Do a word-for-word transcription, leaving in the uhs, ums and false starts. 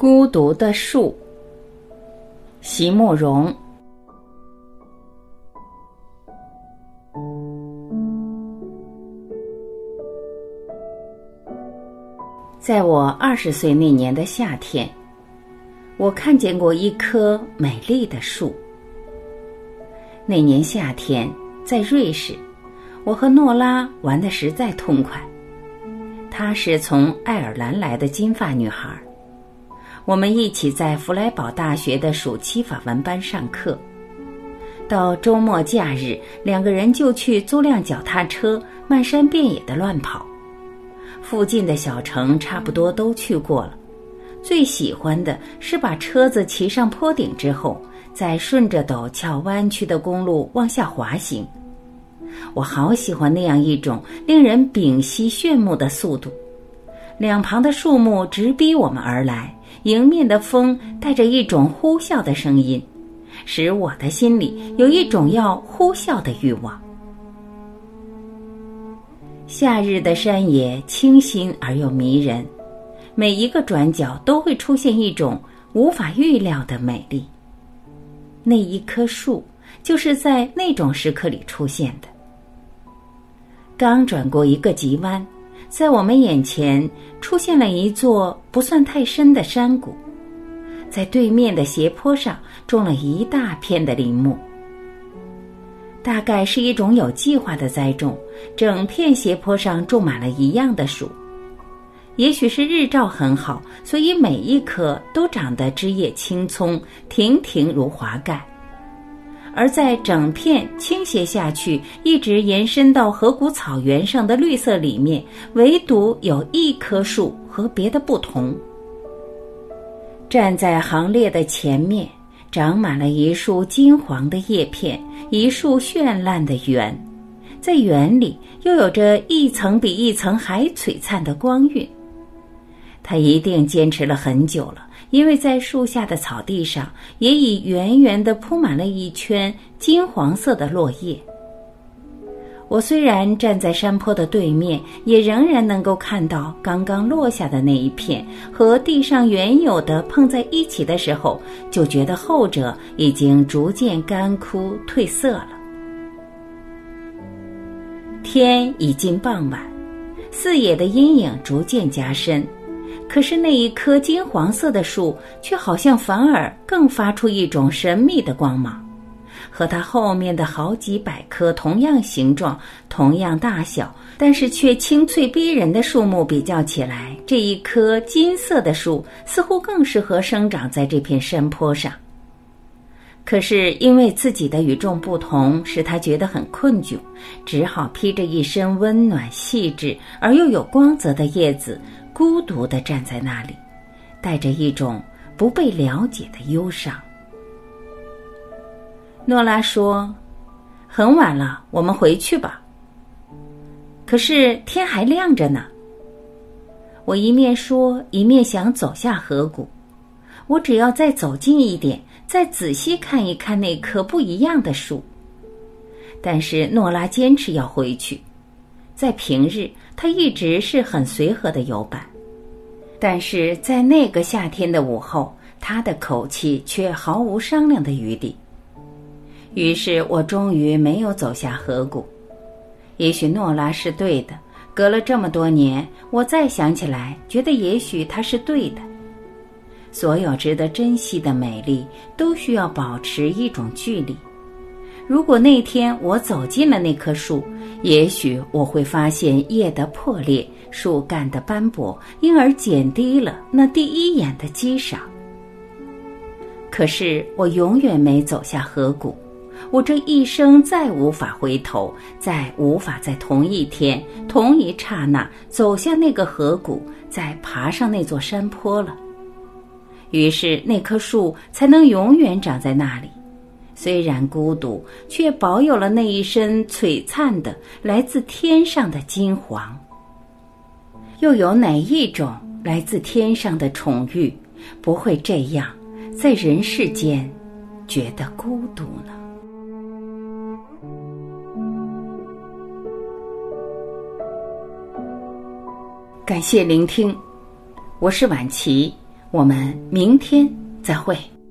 孤独的树，席慕容。在我二十岁那年的夏天，我看见过一棵美丽的树。那年夏天，在瑞士，我和诺拉玩得实在痛快。她是从爱尔兰来的金发女孩，我们一起在弗莱堡大学的暑期法文班上课。到周末假日，两个人就去租辆脚踏车，漫山遍野地乱跑。附近的小城差不多都去过了，最喜欢的是把车子骑上坡顶之后，再顺着陡峭弯曲的公路往下滑行。我好喜欢那样一种令人屏息炫目的速度。两旁的树木直逼我们而来，迎面的风带着一种呼啸的声音，使我的心里有一种要呼啸的欲望。夏日的山野清新而又迷人，每一个转角都会出现一种无法预料的美丽。那一棵树就是在那种时刻里出现的。刚转过一个急弯，在我们眼前出现了一座不算太深的山谷，在对面的斜坡上种了一大片的林木。大概是一种有计划的栽种，整片斜坡上种满了一样的树。也许是日照很好，所以每一棵都长得枝叶青葱，亭亭如华盖。而在整片倾斜下去，一直延伸到河谷草原上的绿色里面，唯独有一棵树和别的不同。站在行列的前面，长满了一束金黄的叶片，一束绚烂的圆，在圆里又有着一层比一层还璀璨的光晕。他一定坚持了很久了，因为在树下的草地上也已圆圆地铺满了一圈金黄色的落叶。我虽然站在山坡的对面，也仍然能够看到刚刚落下的那一片和地上原有的碰在一起的时候，就觉得后者已经逐渐干枯褪色了。天已近傍晚，四野的阴影逐渐加深，可是那一棵金黄色的树却好像反而更发出一种神秘的光芒。和它后面的好几百棵同样形状、同样大小，但是却清脆逼人的树木比较起来，这一棵金色的树似乎更适合生长在这片山坡上。可是因为自己的与众不同，使他觉得很困窘，只好披着一身温暖细致而又有光泽的叶子，孤独地站在那里，带着一种不被了解的忧伤。诺拉说：“很晚了，我们回去吧。”可是天还亮着呢。我一面说，一面想走下河谷。我只要再走近一点，再仔细看一看那棵不一样的树。但是诺拉坚持要回去。在平日，她一直是很随和的游板，但是在那个夏天的午后，她的口气却毫无商量的余地。于是我终于没有走下河谷。也许诺拉是对的，隔了这么多年，我再想起来，觉得也许她是对的。所有值得珍惜的美丽，都需要保持一种距离。如果那天我走进了那棵树，也许我会发现叶的破裂，树干的斑驳，因而减低了那第一眼的激赏。可是我永远没走下河谷。我这一生再无法回头，再无法在同一天、同一刹那走下那个河谷，再爬上那座山坡了。于是那棵树才能永远长在那里，虽然孤独，却保有了那一身璀璨的来自天上的金黄。又有哪一种来自天上的宠遇，不会这样在人世间觉得孤独呢？感谢聆听，我是婉琪， 我们明天再会。